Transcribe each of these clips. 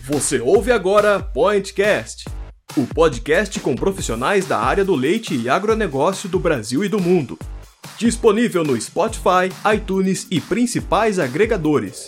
Você ouve agora PointCast, o podcast com profissionais da área do leite e agronegócio do Brasil e do mundo. Disponível no Spotify, iTunes e principais agregadores.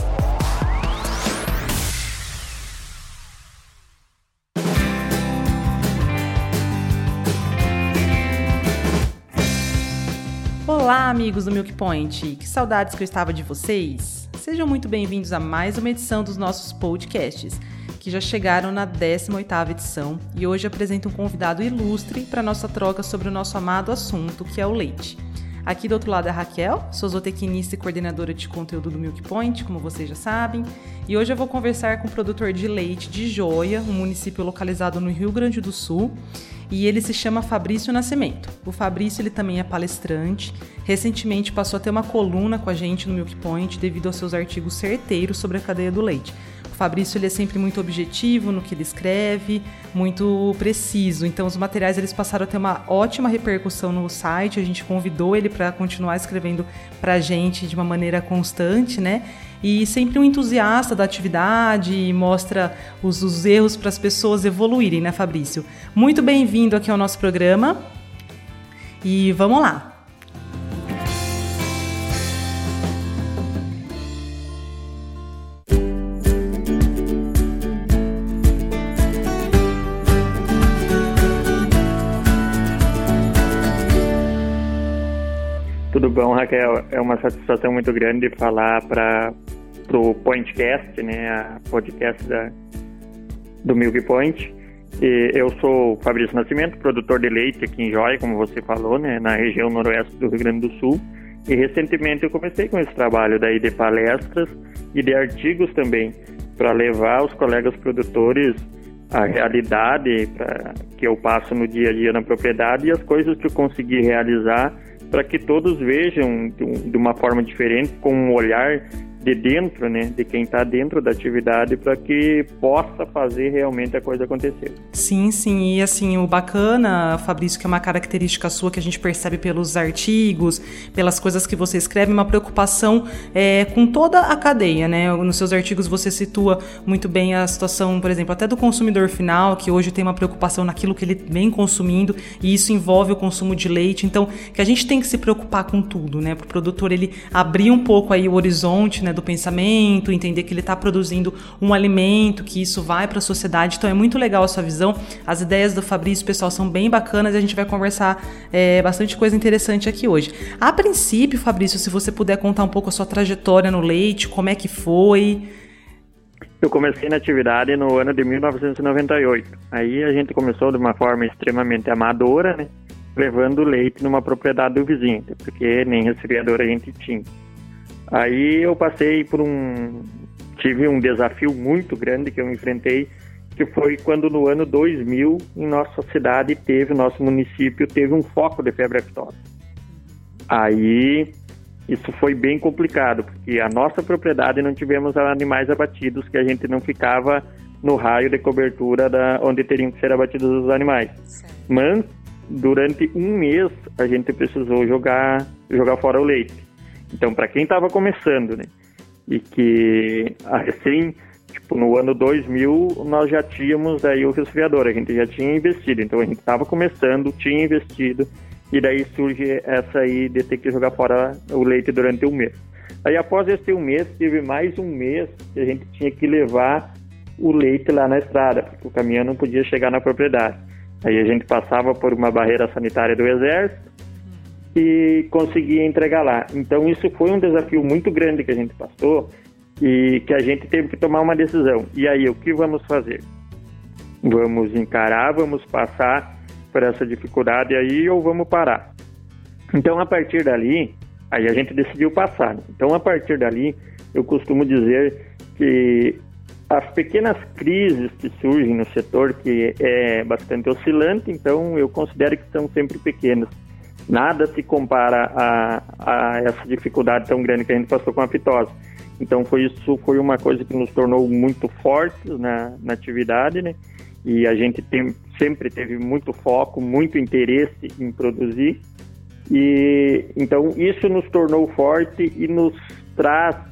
Olá, amigos do Milk Point! Que saudades que eu estava de vocês! Sejam muito bem-vindos a mais uma edição dos nossos podcasts, que já chegaram na 18ª edição e hoje apresento um convidado ilustre para nossa troca sobre o nosso amado assunto, que é o leite. Aqui do outro lado é a Raquel, sou zootecnista e coordenadora de conteúdo do Milk Point, como vocês já sabem, e hoje eu vou conversar com o produtor de leite de Joia, um município localizado no Rio Grande do Sul, e ele se chama Fabrício Nascimento. O Fabrício ele também é palestrante, recentemente passou a ter uma coluna com a gente no Milk Point devido aos seus artigos certeiros sobre a cadeia do leite. O Fabrício ele é sempre muito objetivo no que ele escreve, muito preciso, então os materiais eles passaram a ter uma ótima repercussão no site, a gente convidou ele para continuar escrevendo para a gente de uma maneira constante, né? E sempre um entusiasta da atividade e mostra os erros para as pessoas evoluírem, né, Fabrício? Muito bem-vindo aqui ao nosso programa e vamos lá! Tudo bom, Raquel? É uma satisfação muito grande falar para o PointCast, né, a podcast do Milk Point. E eu sou o Fabrício Nascimento, produtor de leite aqui em Joia, como você falou, né, na região noroeste do Rio Grande do Sul. E recentemente eu comecei com esse trabalho daí de palestras e de artigos também, para levar os colegas produtores a realidade que eu passo no dia a dia na propriedade e as coisas que eu consegui realizar, para que todos vejam de uma forma diferente, com um olhar de dentro, né, de quem está dentro da atividade, para que possa fazer realmente a coisa acontecer. Sim, e assim, o bacana, Fabrício, que é uma característica sua que a gente percebe pelos artigos, pelas coisas que você escreve, uma preocupação com toda a cadeia, né? Nos seus artigos você situa muito bem a situação, por exemplo, até do consumidor final, que hoje tem uma preocupação naquilo que ele vem consumindo, e isso envolve o consumo de leite, então, que a gente tem que se preocupar com tudo, né? Para o produtor, ele abrir um pouco aí o horizonte, né, do pensamento, entender que ele está produzindo um alimento, que isso vai para a sociedade. Então é muito legal a sua visão. As ideias do Fabrício, pessoal, são bem bacanas e a gente vai conversar bastante coisa interessante aqui hoje. A princípio, Fabrício, se você puder contar um pouco a sua trajetória no leite, como é que foi? Eu comecei na atividade no ano de 1998. Aí a gente começou de uma forma extremamente amadora, né, levando leite numa propriedade do vizinho, porque nem resfriador a gente tinha. Aí eu tive um desafio muito grande que eu enfrentei, que foi quando no ano 2000, em nossa cidade, nosso município teve um foco de febre aftosa. Aí isso foi bem complicado, porque a nossa propriedade não tivemos animais abatidos, que a gente não ficava no raio de cobertura onde teriam que ser abatidos os animais. Mas durante um mês a gente precisou jogar fora o leite. Então, para quem estava começando, né, e que no ano 2000, nós já tínhamos aí o resfriador, a gente já tinha investido, então a gente estava começando, tinha investido, e daí surge essa aí de ter que jogar fora o leite durante um mês. Aí, após esse um mês, teve mais um mês que a gente tinha que levar o leite lá na estrada, porque o caminhão não podia chegar na propriedade. Aí a gente passava por uma barreira sanitária do Exército, e conseguia entregar lá. Então isso foi um desafio muito grande que a gente passou e que a gente teve que tomar uma decisão. E aí, o que vamos fazer? Vamos encarar, vamos passar por essa dificuldade aí ou vamos parar? Então, a partir dali, aí a gente decidiu passar, né? Então, a partir dali, eu costumo dizer que as pequenas crises que surgem no setor, que é bastante oscilante, então eu considero que são sempre pequenas. Nada se compara a essa dificuldade tão grande que a gente passou com a fitose. Então isso foi uma coisa que nos tornou muito fortes na atividade, né? E a gente sempre teve muito foco, muito interesse em produzir. E então isso nos tornou forte e nos traz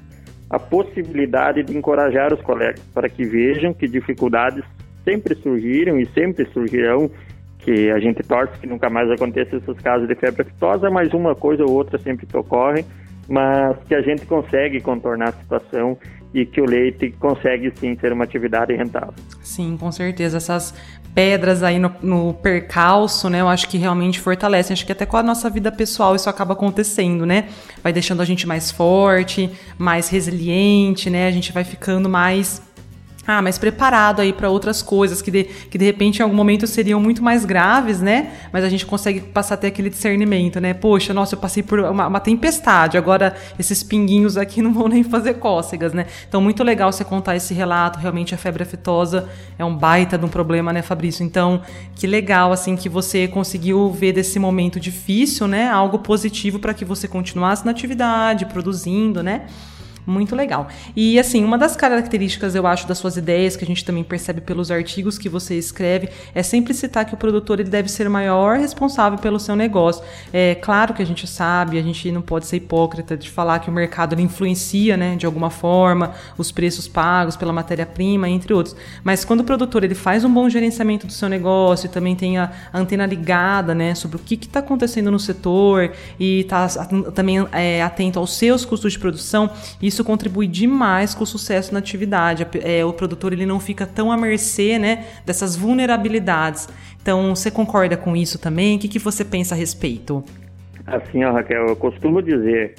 a possibilidade de encorajar os colegas para que vejam que dificuldades sempre surgiram e sempre surgirão, que a gente torce que nunca mais aconteça esses casos de febre aftosa, mas uma coisa ou outra sempre que ocorre, mas que a gente consegue contornar a situação e que o leite consegue sim ser uma atividade rentável. Sim, com certeza. Essas pedras aí no percalço, né, eu acho que realmente fortalecem. Acho que até com a nossa vida pessoal isso acaba acontecendo, né? Vai deixando a gente mais forte, mais resiliente, né? A gente vai ficando mais preparado aí para outras coisas que de repente em algum momento seriam muito mais graves, né? Mas a gente consegue passar a ter aquele discernimento, né? Poxa, nossa, eu passei por uma tempestade, agora esses pinguinhos aqui não vão nem fazer cócegas, né? Então, muito legal você contar esse relato. Realmente a febre aftosa é um baita de um problema, né, Fabrício? Então, que legal, assim, que você conseguiu ver desse momento difícil, né? Algo positivo para que você continuasse na atividade, produzindo, né? Muito legal. E, assim, uma das características, eu acho, das suas ideias, que a gente também percebe pelos artigos que você escreve, é sempre citar que o produtor ele deve ser o maior responsável pelo seu negócio. É claro que a gente sabe, a gente não pode ser hipócrita de falar que o mercado ele influencia, né, de alguma forma, os preços pagos pela matéria-prima, entre outros. Mas quando o produtor ele faz um bom gerenciamento do seu negócio e também tem a antena ligada, né, sobre o que está acontecendo no setor e está também atento aos seus custos de produção, isso contribui demais com o sucesso na atividade. O produtor ele não fica tão à mercê, né, dessas vulnerabilidades. Então, você concorda com isso também? O que você pensa a respeito? Assim, Raquel, eu costumo dizer,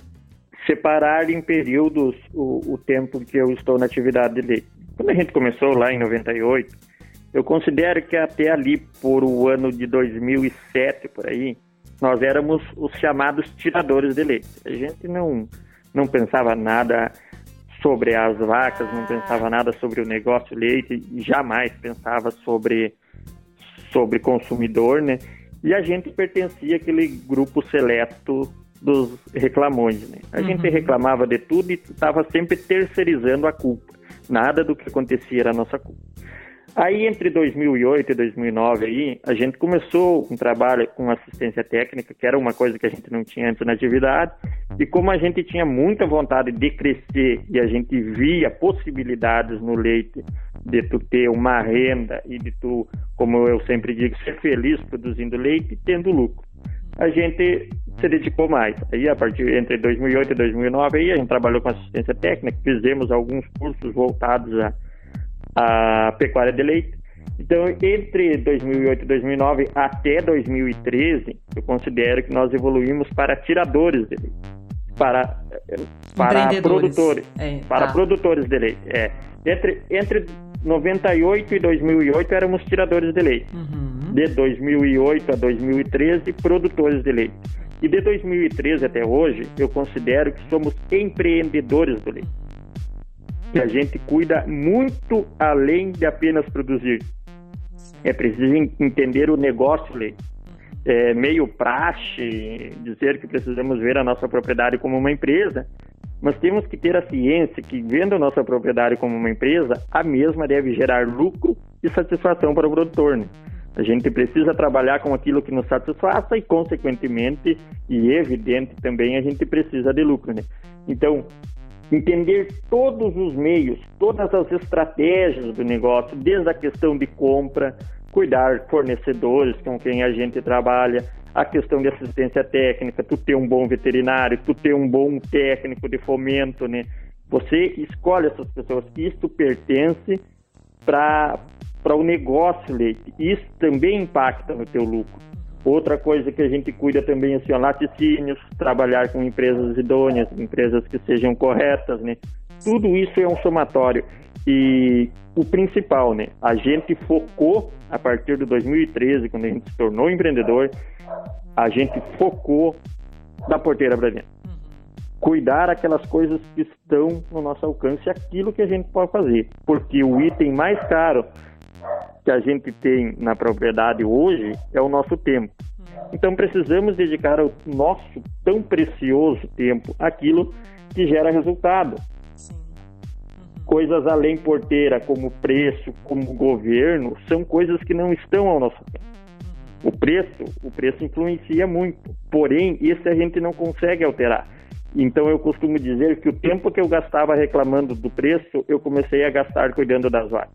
separar em períodos o tempo que eu estou na atividade de leite. Quando a gente começou lá em 98, eu considero que até ali, por o ano de 2007, por aí, nós éramos os chamados tiradores de leite. A gente não pensava nada sobre as vacas, não pensava nada sobre o negócio leite, jamais pensava sobre consumidor, né? E a gente pertencia àquele grupo seleto dos reclamões, né? A gente reclamava de tudo e estava sempre terceirizando a culpa. Nada do que acontecia era nossa culpa. Aí, entre 2008 e 2009, aí, a gente começou um trabalho com assistência técnica, que era uma coisa que a gente não tinha antes na atividade, e como a gente tinha muita vontade de crescer e a gente via possibilidades no leite de tu ter uma renda e de tu, como eu sempre digo, ser feliz produzindo leite e tendo lucro, a gente se dedicou mais. Aí, a partir entre 2008 e 2009, aí, a gente trabalhou com assistência técnica, fizemos alguns cursos voltados a pecuária de leite. Então, entre 2008 e 2009 até 2013, eu considero que nós evoluímos para tiradores de leite, para produtores, produtores de leite. Entre 98 e 2008 éramos tiradores de leite. De 2008 a 2013, produtores de leite. E de 2013 até hoje, eu considero que somos empreendedores do leite. Que a gente cuida muito além de apenas produzir. É preciso entender o negócio leite. É meio praxe dizer que precisamos ver a nossa propriedade como uma empresa, mas temos que ter a ciência que, vendo a nossa propriedade como uma empresa, a mesma deve gerar lucro e satisfação para o produtor, né? A gente precisa trabalhar com aquilo que nos satisfaça e, consequentemente, e evidente também, a gente precisa de lucro, né? Então, entender todos os meios, todas as estratégias do negócio, desde a questão de compra, cuidar fornecedores com quem a gente trabalha, a questão de assistência técnica, tu ter um bom veterinário, tu ter um bom técnico de fomento, né? Você escolhe essas pessoas, isso pertence para o negócio leite, isso também impacta no teu lucro. Outra coisa que a gente cuida também é assim, laticínios, trabalhar com empresas idôneas, empresas que sejam corretas, né? Tudo isso é um somatório. E o principal, né? A gente focou, a partir de 2013, quando a gente se tornou empreendedor, a gente focou da porteira para dentro. Cuidar aquelas coisas que estão no nosso alcance, aquilo que a gente pode fazer. Porque o item mais caro que a gente tem na propriedade hoje é o nosso tempo. Então precisamos dedicar o nosso tão precioso tempo àquilo que gera resultado. Coisas além porteira, como preço, como governo, são coisas que não estão ao nosso tempo. O preço influencia muito, porém, isso a gente não consegue alterar. Então eu costumo dizer que o tempo que eu gastava reclamando do preço, eu comecei a gastar cuidando das vacas.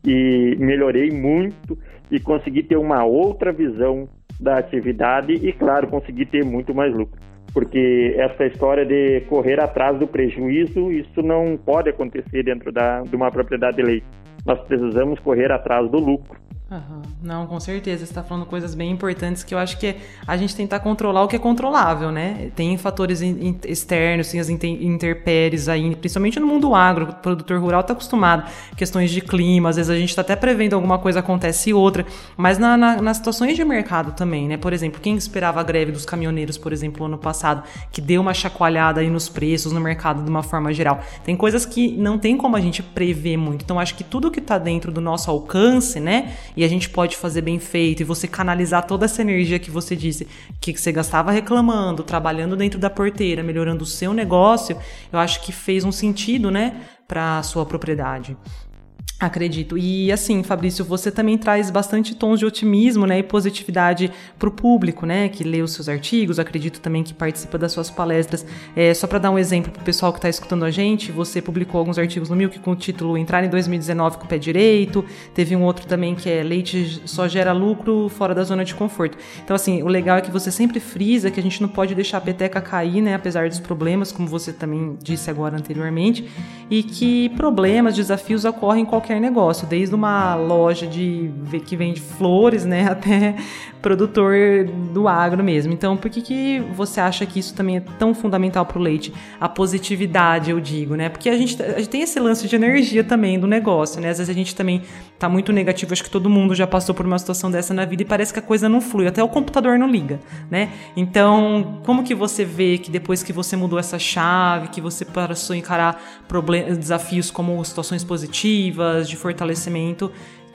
E melhorei muito e consegui ter uma outra visão da atividade e, claro, consegui ter muito mais lucro. Porque essa história de correr atrás do prejuízo, isso não pode acontecer dentro de uma propriedade de leite. Nós precisamos correr atrás do lucro. Uhum. Não, com certeza, você está falando coisas bem importantes que eu acho que é a gente tentar controlar o que é controlável, né? Tem fatores externos, tem as intempéries aí, principalmente no mundo agro, o produtor rural está acostumado, questões de clima, às vezes a gente está até prevendo alguma coisa, acontece outra, mas nas situações de mercado também, né? Por exemplo, quem esperava a greve dos caminhoneiros, por exemplo, ano passado, que deu uma chacoalhada aí nos preços, no mercado de uma forma geral. Tem coisas que não tem como a gente prever muito, então acho que tudo que está dentro do nosso alcance, né? E a gente pode fazer bem feito, e você canalizar toda essa energia que você disse, que você gastava reclamando, trabalhando dentro da porteira, melhorando o seu negócio, eu acho que fez um sentido, né, para a sua propriedade. Acredito. E assim, Fabrício, você também traz bastante tons de otimismo, né, e positividade para o público, né, que lê os seus artigos, acredito também que participa das suas palestras. Só para dar um exemplo para o pessoal que está escutando a gente, você publicou alguns artigos no Milk com o título Entrar em 2019 com o pé direito, teve um outro também que é Leite só gera lucro fora da zona de conforto. Então, assim, o legal é que você sempre frisa que a gente não pode deixar a peteca cair, né, apesar dos problemas, como você também disse agora anteriormente, e que problemas, desafios ocorrem em qualquer negócio, desde uma loja que vende flores, né, até produtor do agro mesmo. Então, por que você acha que isso também é tão fundamental para o leite? A positividade, eu digo, né? Porque a gente tem esse lance de energia também do negócio, né? Às vezes a gente também tá muito negativo, acho que todo mundo já passou por uma situação dessa na vida e parece que a coisa não flui, até o computador não liga, né? Então, como que você vê que depois que você mudou essa chave, que você passou a encarar desafios como situações positivas, de fortalecimento,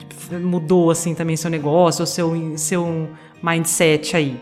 mudou assim também seu negócio, seu mindset aí?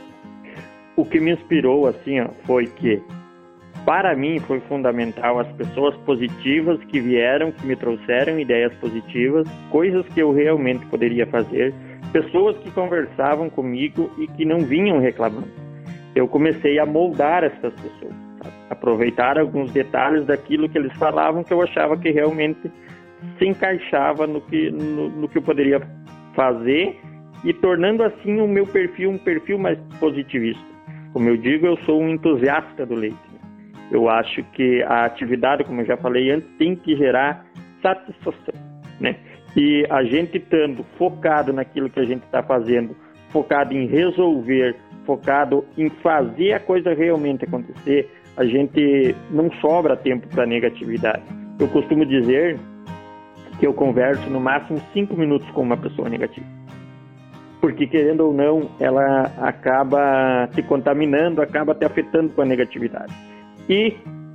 O que me inspirou assim, foi que para mim foi fundamental as pessoas positivas que vieram, que me trouxeram ideias positivas, coisas que eu realmente poderia fazer, pessoas que conversavam comigo e que não vinham reclamando. Eu comecei a moldar essas pessoas, sabe? Aproveitar alguns detalhes daquilo que eles falavam que eu achava que realmente se encaixava no que eu poderia fazer e tornando assim o meu perfil um perfil mais positivista. Como eu digo, eu sou um entusiasta do leite. Eu acho que a atividade, como eu já falei antes, tem que gerar satisfação, né? E a gente estando focado naquilo que a gente está fazendo, focado em resolver, focado em fazer a coisa realmente acontecer, a gente não sobra tempo para negatividade. Eu costumo dizer que eu converso no máximo 5 minutos com uma pessoa negativa. Porque, querendo ou não, ela acaba te contaminando, acaba te afetando com a negatividade. E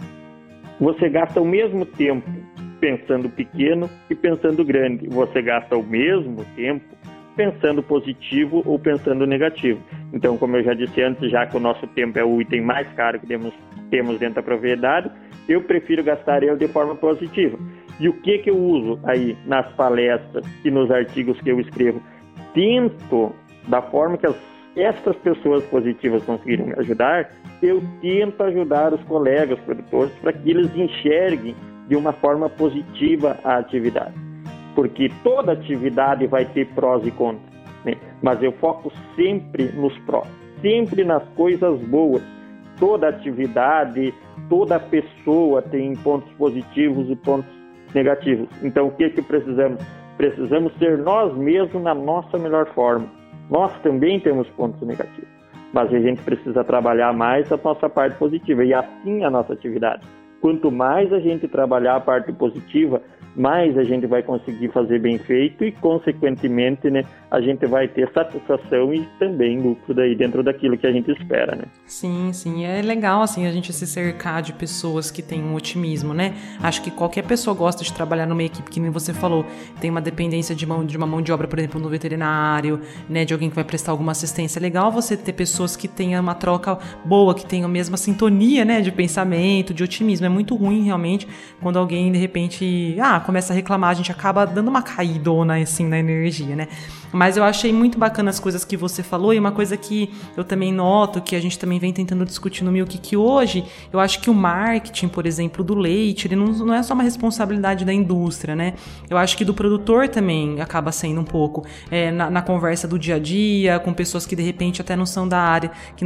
você gasta o mesmo tempo pensando pequeno e pensando grande. Você gasta o mesmo tempo pensando positivo ou pensando negativo. Então, como eu já disse antes, já que o nosso tempo é o item mais caro que temos dentro da propriedade, eu prefiro gastar ele de forma positiva. E o que eu uso aí nas palestras e nos artigos que eu escrevo? Tento, da forma que essas pessoas positivas conseguiram me ajudar, eu tento ajudar os colegas produtores para que eles enxerguem de uma forma positiva a atividade. Porque toda atividade vai ter prós e contras, né? Mas eu foco sempre nos prós, sempre nas coisas boas. Toda atividade, toda pessoa tem pontos positivos e pontos negativos. Então, o que precisamos? Precisamos ser nós mesmos na nossa melhor forma. Nós também temos pontos negativos, mas a gente precisa trabalhar mais a nossa parte positiva e assim a nossa atividade. Quanto mais a gente trabalhar a parte positiva, mais a gente vai conseguir fazer bem feito e, consequentemente, né, a gente vai ter satisfação e também lucro daí dentro daquilo que a gente espera, né? Sim, sim. É legal, assim, a gente se cercar de pessoas que têm um otimismo, né? Acho que qualquer pessoa gosta de trabalhar numa equipe, que nem você falou, tem uma dependência de uma mão de obra, por exemplo, no veterinário, né, de alguém que vai prestar alguma assistência. É legal você ter pessoas que tenham uma troca boa, que tenham a mesma sintonia, né, de pensamento, de otimismo. É muito ruim, realmente, quando alguém, de repente, começa a reclamar, a gente acaba dando uma caidona, assim, na energia, né? Mas eu achei muito bacana as coisas que você falou, e uma coisa que eu também noto, que a gente também vem tentando discutir no Milk, que hoje eu acho que o marketing, por exemplo, do leite, ele não é só uma responsabilidade da indústria, né? Eu acho que do produtor também acaba sendo um pouco, na conversa do dia a dia, com pessoas que de repente até não são da área,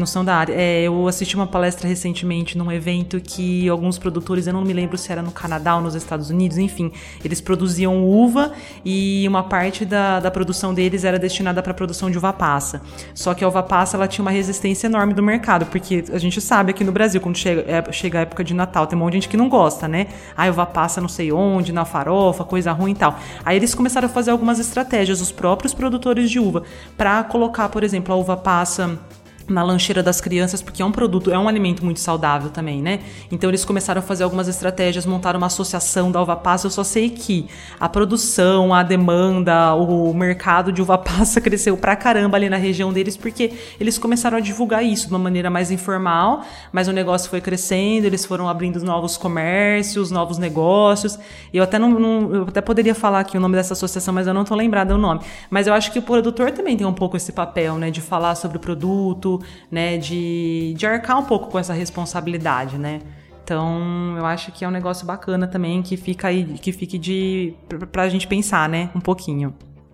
eu assisti uma palestra recentemente num evento que alguns produtores, eu não me lembro se era no Canadá ou nos Estados Unidos, enfim, eles produziam uva e uma parte da produção deles era destinada para a produção de uva passa. Só que a uva passa, ela tinha uma resistência enorme do mercado, porque a gente sabe aqui no Brasil, quando chega a época de Natal, tem um monte de gente que não gosta, né? Uva passa não sei onde, na farofa, coisa ruim e tal. Aí eles começaram a fazer algumas estratégias, os próprios produtores de uva, para colocar, por exemplo, a uva passa na lancheira das crianças, porque é um alimento muito saudável também, né? Então eles começaram a fazer algumas estratégias, montaram uma associação da uva passa. Eu só sei que a produção, a demanda, o mercado de uva passa cresceu pra caramba ali na região deles, porque eles começaram a divulgar isso de uma maneira mais informal, mas o negócio foi crescendo, eles foram abrindo novos comércios, novos negócios. Eu até eu até poderia falar aqui o nome dessa associação, mas eu não tô lembrada o nome. Mas eu acho que o produtor também tem um pouco esse papel, né, de falar sobre o produto, né, de arcar um pouco com essa responsabilidade, né? Então, eu acho que é um negócio bacana também, que fique pra gente pensar, né, um pouquinho.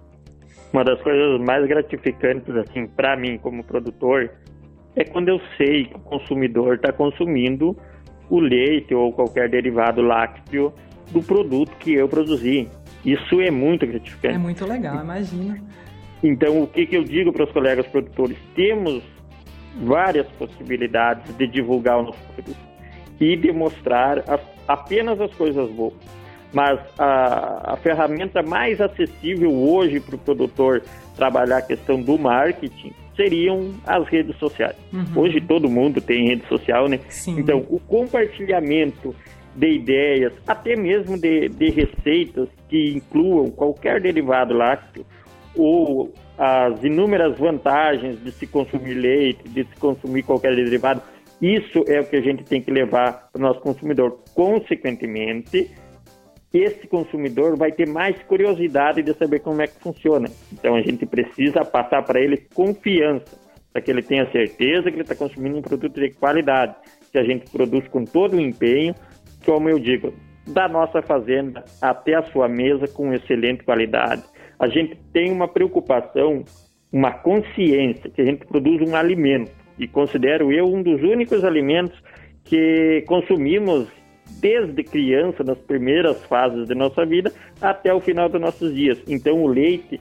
Uma das coisas mais gratificantes, assim, para mim como produtor, é quando eu sei que o consumidor está consumindo o leite ou qualquer derivado lácteo do produto que eu produzi. Isso é muito gratificante. É muito legal, imagina. Então, o que eu digo para os colegas produtores? Temos várias possibilidades de divulgar o nosso produto e demonstrar apenas as coisas boas. Mas a ferramenta mais acessível hoje para o produtor trabalhar a questão do marketing seriam as redes sociais. Uhum. Hoje todo mundo tem rede social, né? Sim. Então, o compartilhamento de ideias, até mesmo de receitas que incluam qualquer derivado lácteo, ou as inúmeras vantagens de se consumir leite, de se consumir qualquer derivado, isso é o que a gente tem que levar para o nosso consumidor. Consequentemente, esse consumidor vai ter mais curiosidade de saber como é que funciona. Então, a gente precisa passar para ele confiança, para que ele tenha certeza que ele está consumindo um produto de qualidade, que a gente produz com todo o empenho, como eu digo, da nossa fazenda até a sua mesa com excelente qualidade. A gente tem uma preocupação, uma consciência que a gente produz um alimento, e considero eu um dos únicos alimentos que consumimos desde criança, nas primeiras fases de nossa vida, até o final dos nossos dias. Então o leite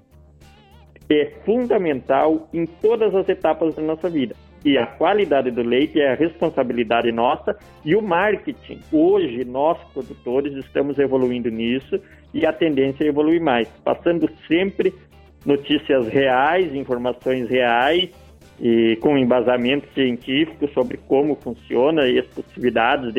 é fundamental em todas as etapas da nossa vida. E a qualidade do leite é a responsabilidade nossa, e o marketing. Hoje, nós, produtores, estamos evoluindo nisso, e a tendência é evoluir mais, passando sempre notícias reais, informações reais, e com embasamento científico sobre como funciona e as possibilidades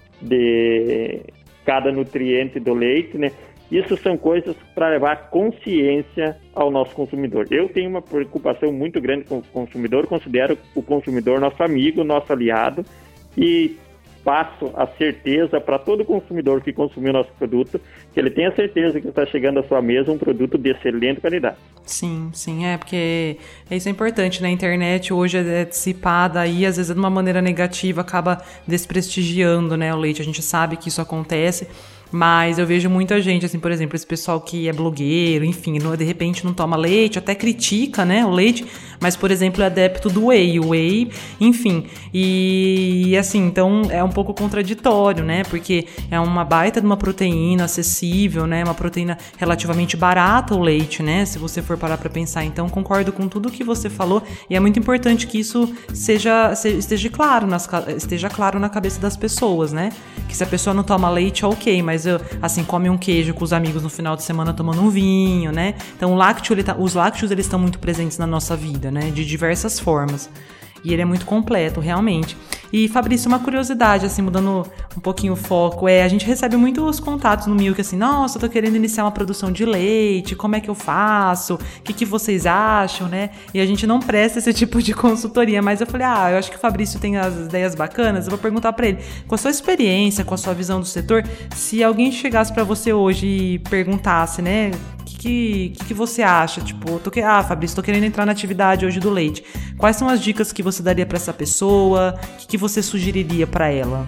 de cada nutriente do leite, né? Isso são coisas para levar consciência ao nosso consumidor. Eu tenho uma preocupação muito grande com o consumidor, considero o consumidor nosso amigo, nosso aliado, e passo a certeza para todo consumidor que consumiu nosso produto, que ele tenha certeza que está chegando à sua mesa um produto de excelente qualidade. Sim, porque isso é importante, né? A internet hoje é dissipada aí, às vezes de uma maneira negativa, acaba desprestigiando, né, o leite. A gente sabe que isso acontece, mas eu vejo muita gente, assim, por exemplo, esse pessoal que é blogueiro, enfim, de repente não toma leite, até critica, né, o leite, mas, por exemplo, é adepto do whey, enfim, e assim, então é um pouco contraditório, né, porque é uma baita de uma proteína acessível, né, uma proteína relativamente barata o leite, né, se você for parar pra pensar. Então, concordo com tudo que você falou, e é muito importante que isso esteja claro na cabeça das pessoas, né, que se a pessoa não toma leite, ok, mas assim, come um queijo com os amigos no final de semana tomando um vinho, né? Então os lácteos eles estão muito presentes na nossa vida, né? De diversas formas. E ele é muito completo, realmente. E, Fabrício, uma curiosidade, assim, mudando um pouquinho o foco, a gente recebe muitos contatos no Milk, assim, nossa, eu tô querendo iniciar uma produção de leite, como é que eu faço? O que vocês acham, né? E a gente não presta esse tipo de consultoria, mas eu falei, eu acho que o Fabrício tem as ideias bacanas, eu vou perguntar pra ele, com a sua experiência, com a sua visão do setor, se alguém chegasse pra você hoje e perguntasse, né, que você acha? Tipo, Fabrício, tô querendo entrar na atividade hoje do leite. Quais são as dicas que você daria para essa pessoa? O que você sugeriria para ela?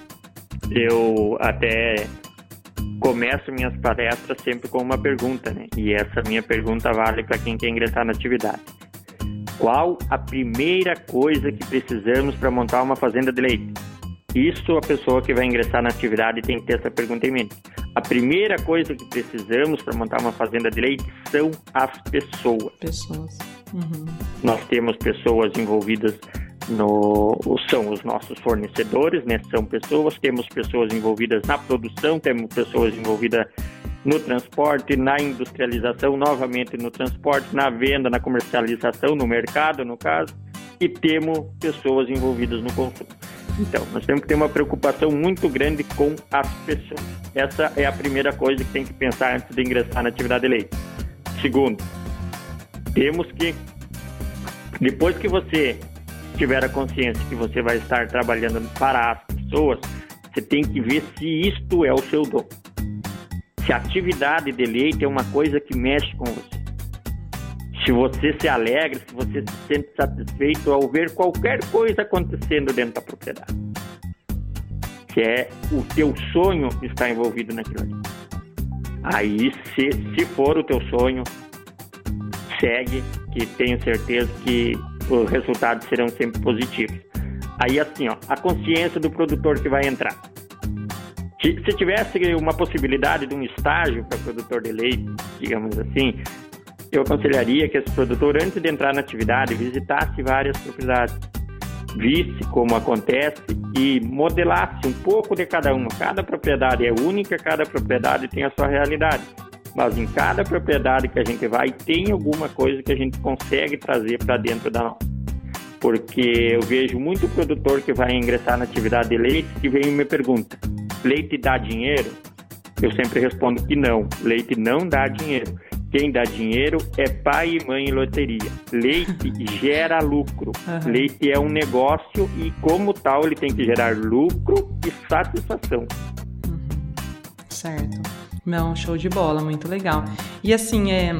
Eu até começo minhas palestras sempre com uma pergunta, né? E essa minha pergunta vale para quem quer ingressar na atividade. Qual a primeira coisa que precisamos para montar uma fazenda de leite? Isso a pessoa que vai ingressar na atividade tem que ter essa pergunta em mente. A primeira coisa que precisamos para montar uma fazenda de leite são as pessoas. Uhum. Nós temos pessoas envolvidas são os nossos fornecedores, né? São pessoas, temos pessoas envolvidas na produção, temos pessoas envolvidas no transporte, na industrialização, novamente no transporte, na venda, na comercialização, no mercado, no caso, e temos pessoas envolvidas no consumo. Então, nós temos que ter uma preocupação muito grande com as pessoas. Essa é a primeira coisa que tem que pensar antes de ingressar na atividade de leite. Segundo, temos que, depois que você tiver a consciência que você vai estar trabalhando para as pessoas, você tem que ver se isto é o seu dom. Se a atividade de leite é uma coisa que mexe com você. Se você se alegra, se você se sente satisfeito ao ver qualquer coisa acontecendo dentro da propriedade. Se é o teu sonho que está envolvido naquilo ali. Aí, se for o teu sonho, segue, que tenho certeza que os resultados serão sempre positivos. Aí, assim, a consciência do produtor que vai entrar. Se tivesse uma possibilidade de um estágio para produtor de leite, digamos assim, eu aconselharia que esse produtor, antes de entrar na atividade, visitasse várias propriedades, visse como acontece e modelasse um pouco de cada uma. Cada propriedade é única, cada propriedade tem a sua realidade. Mas em cada propriedade que a gente vai, tem alguma coisa que a gente consegue trazer para dentro da nossa. Porque eu vejo muito produtor que vai ingressar na atividade de leite que vem e me pergunta: leite dá dinheiro? Eu sempre respondo que não, leite não dá dinheiro. Quem dá dinheiro é pai e mãe em loteria. Leite gera lucro. Uhum. Leite é um negócio e, como tal, ele tem que gerar lucro e satisfação. Uhum. Certo. Não, show de bola, muito legal. E assim, é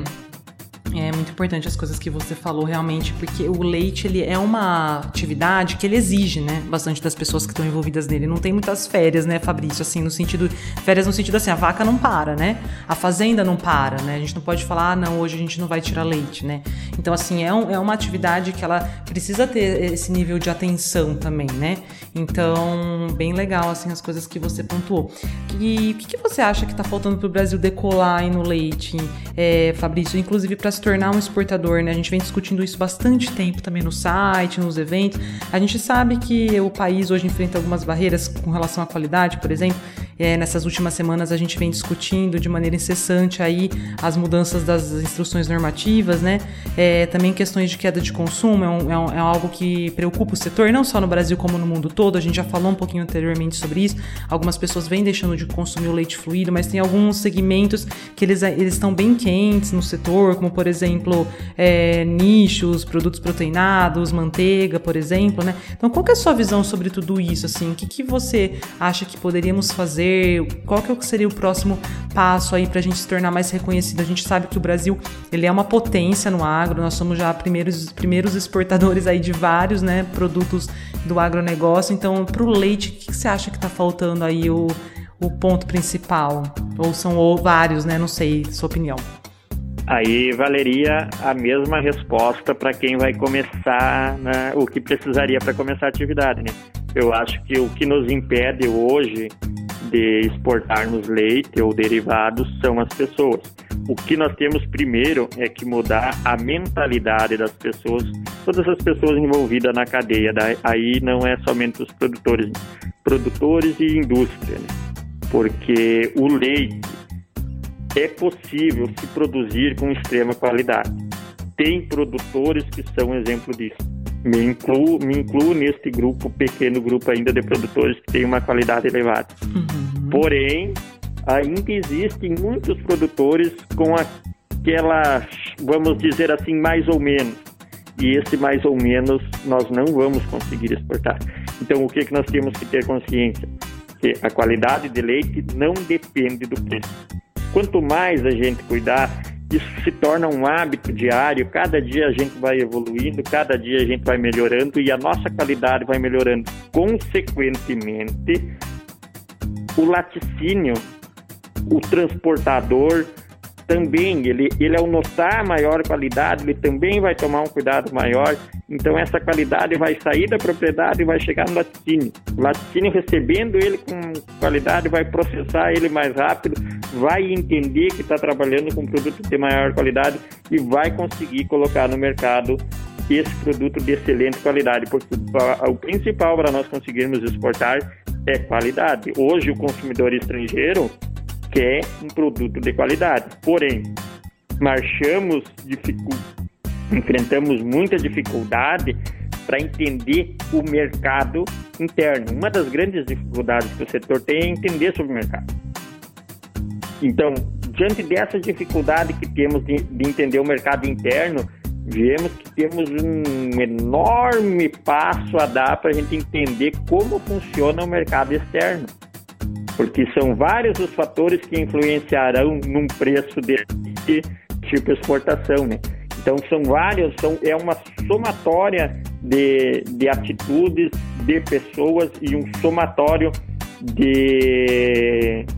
muito importante as coisas que você falou realmente, porque o leite, ele é uma atividade que ele exige, né, bastante das pessoas que estão envolvidas nele. Não tem muitas férias, né, Fabrício, assim, férias no sentido assim, a vaca não para, né, a fazenda não para, né, a gente não pode falar, não, hoje a gente não vai tirar leite, né. Então, assim, é uma atividade que ela precisa ter esse nível de atenção também, né. Então, bem legal, assim, as coisas que você pontuou. E o que você acha que está faltando para o Brasil decolar aí no leite, Fabrício, inclusive para se tornar um exportador, né? A gente vem discutindo isso bastante tempo também no site, nos eventos. A gente sabe que o país hoje enfrenta algumas barreiras com relação à qualidade, por exemplo. Nessas últimas semanas a gente vem discutindo de maneira incessante aí as mudanças das instruções normativas, né? Também questões de queda de consumo, é algo que preocupa o setor, não só no Brasil como no mundo todo. A gente já falou um pouquinho anteriormente sobre isso. Algumas pessoas vêm deixando de consumir o leite fluido, mas tem alguns segmentos que eles estão bem quentes no setor, como por exemplo, nichos, produtos proteinados, manteiga, por exemplo, né? Então, qual que é a sua visão sobre tudo isso, assim? O que você acha que poderíamos fazer? Qual que seria o próximo passo aí para a gente se tornar mais reconhecido? A gente sabe que o Brasil, ele é uma potência no agro, nós somos já primeiros exportadores aí de vários, né, produtos do agronegócio. Então, para o leite, o que você acha que está faltando aí o ponto principal? Ou são vários, né? Não sei, sua opinião. Aí valeria a mesma resposta para quem vai começar, né, o que precisaria para começar a atividade, né? Eu acho que o que nos impede hoje de exportarmos leite ou derivados são as pessoas. O que nós temos primeiro é que mudar a mentalidade das pessoas, todas as pessoas envolvidas na cadeia. Aí não é somente os produtores e indústria, né? Porque o leite é possível se produzir com extrema qualidade. Tem produtores que são exemplo disso. Me incluo neste pequeno grupo ainda de produtores que tem uma qualidade elevada. Uhum. Porém, ainda existem muitos produtores com aquela, vamos dizer assim, mais ou menos. E esse mais ou menos nós não vamos conseguir exportar. Então, o que nós temos que ter consciência? Que a qualidade de leite não depende do preço. quanto mais a gente cuidar, isso se torna um hábito diário, cada dia a gente vai evoluindo, cada dia a gente vai melhorando e a nossa qualidade vai melhorando. Consequentemente, o laticínio, o transportador, também, ele ao notar maior qualidade, ele também vai tomar um cuidado maior. Então, essa qualidade vai sair da propriedade e vai chegar no laticínio. O laticínio, recebendo ele com qualidade, vai processar ele mais rápido, vai entender que está trabalhando com um produto de maior qualidade e vai conseguir colocar no mercado esse produto de excelente qualidade. Porque o principal para nós conseguirmos exportar é qualidade. Hoje, o consumidor estrangeiro quer um produto de qualidade. Porém, enfrentamos muita dificuldade para entender o mercado interno. Uma das grandes dificuldades que o setor tem é entender sobre o mercado. Então, diante dessa dificuldade que temos de entender o mercado interno, vemos que temos um enorme passo a dar para a gente entender como funciona o mercado externo. Porque são vários os fatores que influenciarão num preço desse tipo de exportação, né? Então, é uma somatória de atitudes, de pessoas e um somatório de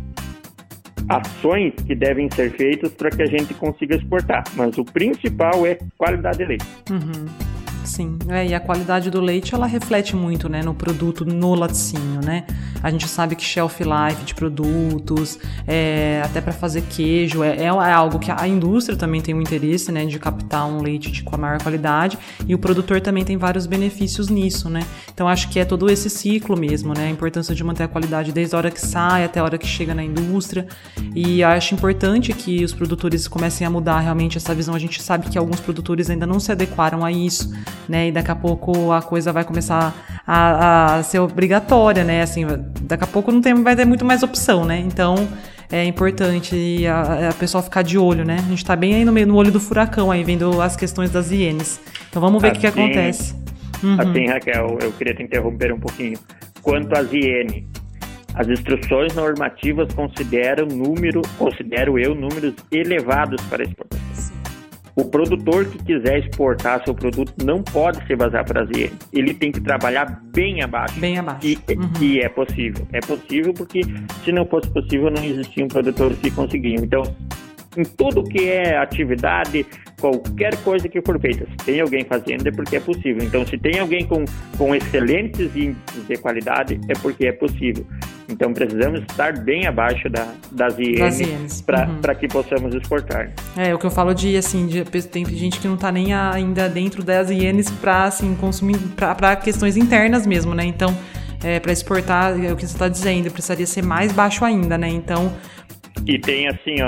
ações que devem ser feitas para que a gente consiga exportar. Mas o principal é qualidade de leite. Sim, e a qualidade do leite, ela reflete muito, né, no produto, no laticínio, né? A gente sabe que shelf life de produtos, até para fazer queijo, é algo que a indústria também tem um interesse, né, de captar um leite com a maior qualidade, e o produtor também tem vários benefícios nisso, né? Então, acho que é todo esse ciclo mesmo, né? A importância de manter a qualidade desde a hora que sai até a hora que chega na indústria, e acho importante que os produtores comecem a mudar realmente essa visão. A gente sabe que alguns produtores ainda não se adequaram a isso, né? E daqui a pouco a coisa vai começar a ser obrigatória, né? Assim, daqui a pouco vai ter muito mais opção, né? Então, é importante a pessoa ficar de olho, né? A gente tá bem aí no olho do furacão, aí, vendo as questões das hienes. Então, vamos ver o que acontece. Assim, Raquel, eu queria te interromper um pouquinho. Quanto às hienes, as instruções normativas considero números elevados para exportação. O produtor que quiser exportar seu produto não pode se basar para as hienes. Ele tem que trabalhar bem abaixo. Bem abaixo. E é possível. É possível porque, se não fosse possível, não existiam produtores que conseguiam. Então, em tudo que é atividade, qualquer coisa que for feita, se tem alguém fazendo, é porque é possível. Então, se tem alguém com excelentes índices de qualidade, é porque é possível. Então, precisamos estar bem abaixo das hienes para que possamos exportar. É o que eu falo tem gente que não está nem ainda dentro das hienes para consumir, para questões internas mesmo, né? Então, para exportar, é o que você está dizendo, precisaria ser mais baixo ainda, né? Então... E tem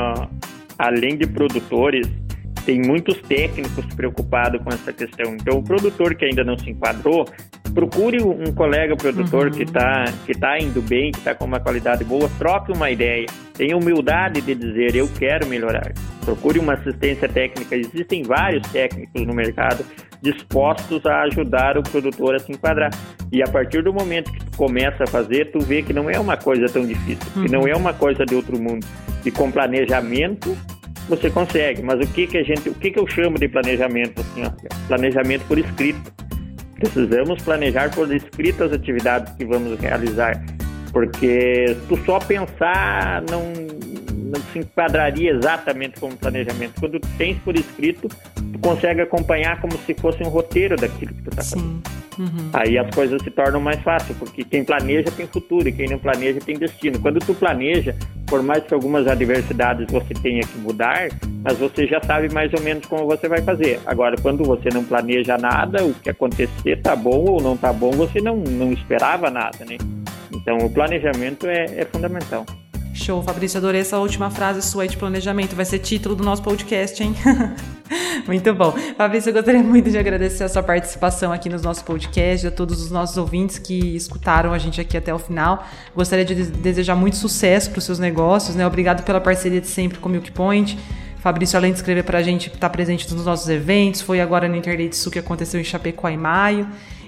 além de produtores, tem muitos técnicos preocupados com essa questão. Então, o produtor que ainda não se enquadrou, procure um colega produtor que tá indo bem, que está com uma qualidade boa, troque uma ideia, tenha humildade de dizer, eu quero melhorar. Procure uma assistência técnica. Existem vários técnicos no mercado dispostos a ajudar o produtor a se enquadrar. E a partir do momento que tu começa a fazer, tu vê que não é uma coisa tão difícil, que não é uma coisa de outro mundo. E com planejamento, você consegue. Mas o que eu chamo de planejamento? Assim, planejamento por escrito. Precisamos planejar por escrito as atividades que vamos realizar, porque tu só pensar não se enquadraria exatamente como planejamento. Quando tu tens por escrito, tu consegue acompanhar como se fosse um roteiro daquilo que tu está fazendo. Aí as coisas se tornam mais fáceis, porque quem planeja tem futuro e quem não planeja tem destino. Quando tu planeja, por mais que algumas adversidades você tenha que mudar, mas você já sabe mais ou menos como você vai fazer. Agora, quando você não planeja nada, o que acontecer tá bom ou não tá bom, você não esperava nada, né? Então, o planejamento é fundamental. Show, Fabrício, adorei essa última frase sua aí de planejamento, vai ser título do nosso podcast, hein? Muito bom. Fabrício, eu gostaria muito de agradecer a sua participação aqui nos nossos podcasts, a todos os nossos ouvintes que escutaram a gente aqui até o final. Gostaria de desejar muito sucesso para os seus negócios, né? Obrigado pela parceria de sempre com o Milk Point. Fabrício, além de escrever para a gente, está presente nos nossos eventos, foi agora no Interleite Sul que aconteceu em Chapecó em maio.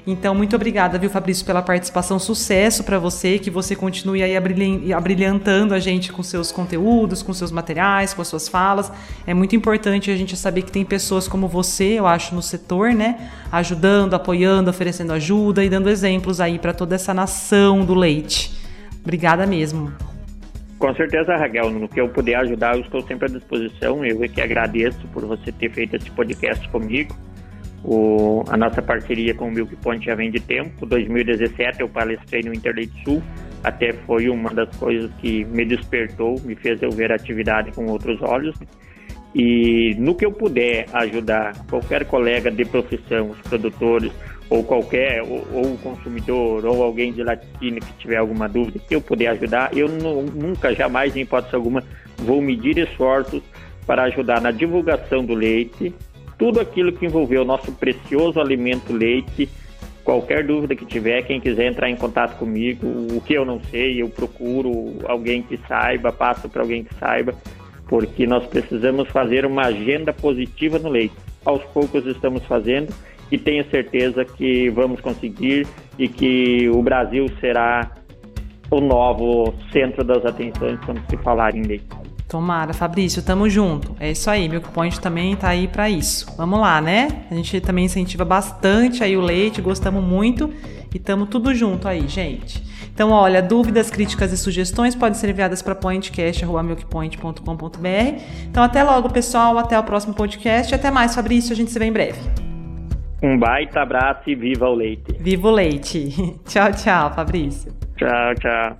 Então, muito obrigada, viu, Fabrício, pela participação. Sucesso para você, que você continue aí abrilhantando a gente com seus conteúdos, com seus materiais, com as suas falas. É muito importante a gente saber que tem pessoas como você, eu acho, no setor, né? Ajudando, apoiando, oferecendo ajuda e dando exemplos aí para toda essa nação do leite. Obrigada mesmo. Com certeza, Raquel, no que eu puder ajudar, eu estou sempre à disposição. Eu que agradeço por você ter feito esse podcast comigo. A nossa parceria com o Milk Point já vem de tempo. Em 2017 eu palestrei no Interleite Sul, até foi uma das coisas que me despertou, me fez eu ver a atividade com outros olhos. E no que eu puder ajudar qualquer colega de profissão, os produtores, ou o consumidor, ou alguém de laticínio que tiver alguma dúvida, que eu puder ajudar, eu nunca, jamais, em hipótese alguma, vou medir esforços para ajudar na divulgação do leite, tudo aquilo que envolveu o nosso precioso alimento leite. Qualquer dúvida que tiver, quem quiser entrar em contato comigo, o que eu não sei, eu procuro alguém que saiba, passo para alguém que saiba, porque nós precisamos fazer uma agenda positiva no leite. Aos poucos estamos fazendo e tenho certeza que vamos conseguir e que o Brasil será o novo centro das atenções quando se falar em leite. Tomara, Fabrício, tamo junto. É isso aí, Milk Point também tá aí para isso. Vamos lá, né? A gente também incentiva bastante aí o leite, gostamos muito e tamo tudo junto aí, gente. Então, olha, dúvidas, críticas e sugestões podem ser enviadas para pointcast@milkpoint.com.br. Então, até logo, pessoal, até o próximo podcast e até mais, Fabrício, a gente se vê em breve. Um baita abraço e viva o leite. Viva o leite. Tchau, tchau, Fabrício. Tchau, tchau.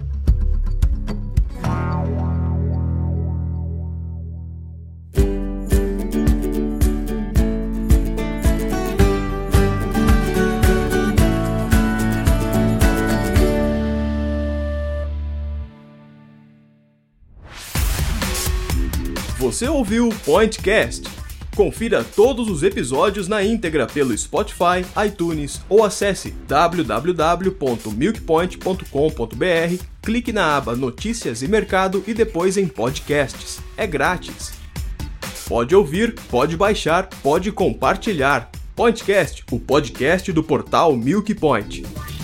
Você ouviu o Pointcast? Confira todos os episódios na íntegra pelo Spotify, iTunes ou acesse www.milkpoint.com.br, clique na aba Notícias e Mercado e depois em Podcasts. É grátis. Pode ouvir, pode baixar, pode compartilhar. Pointcast, o podcast do portal Milk Point.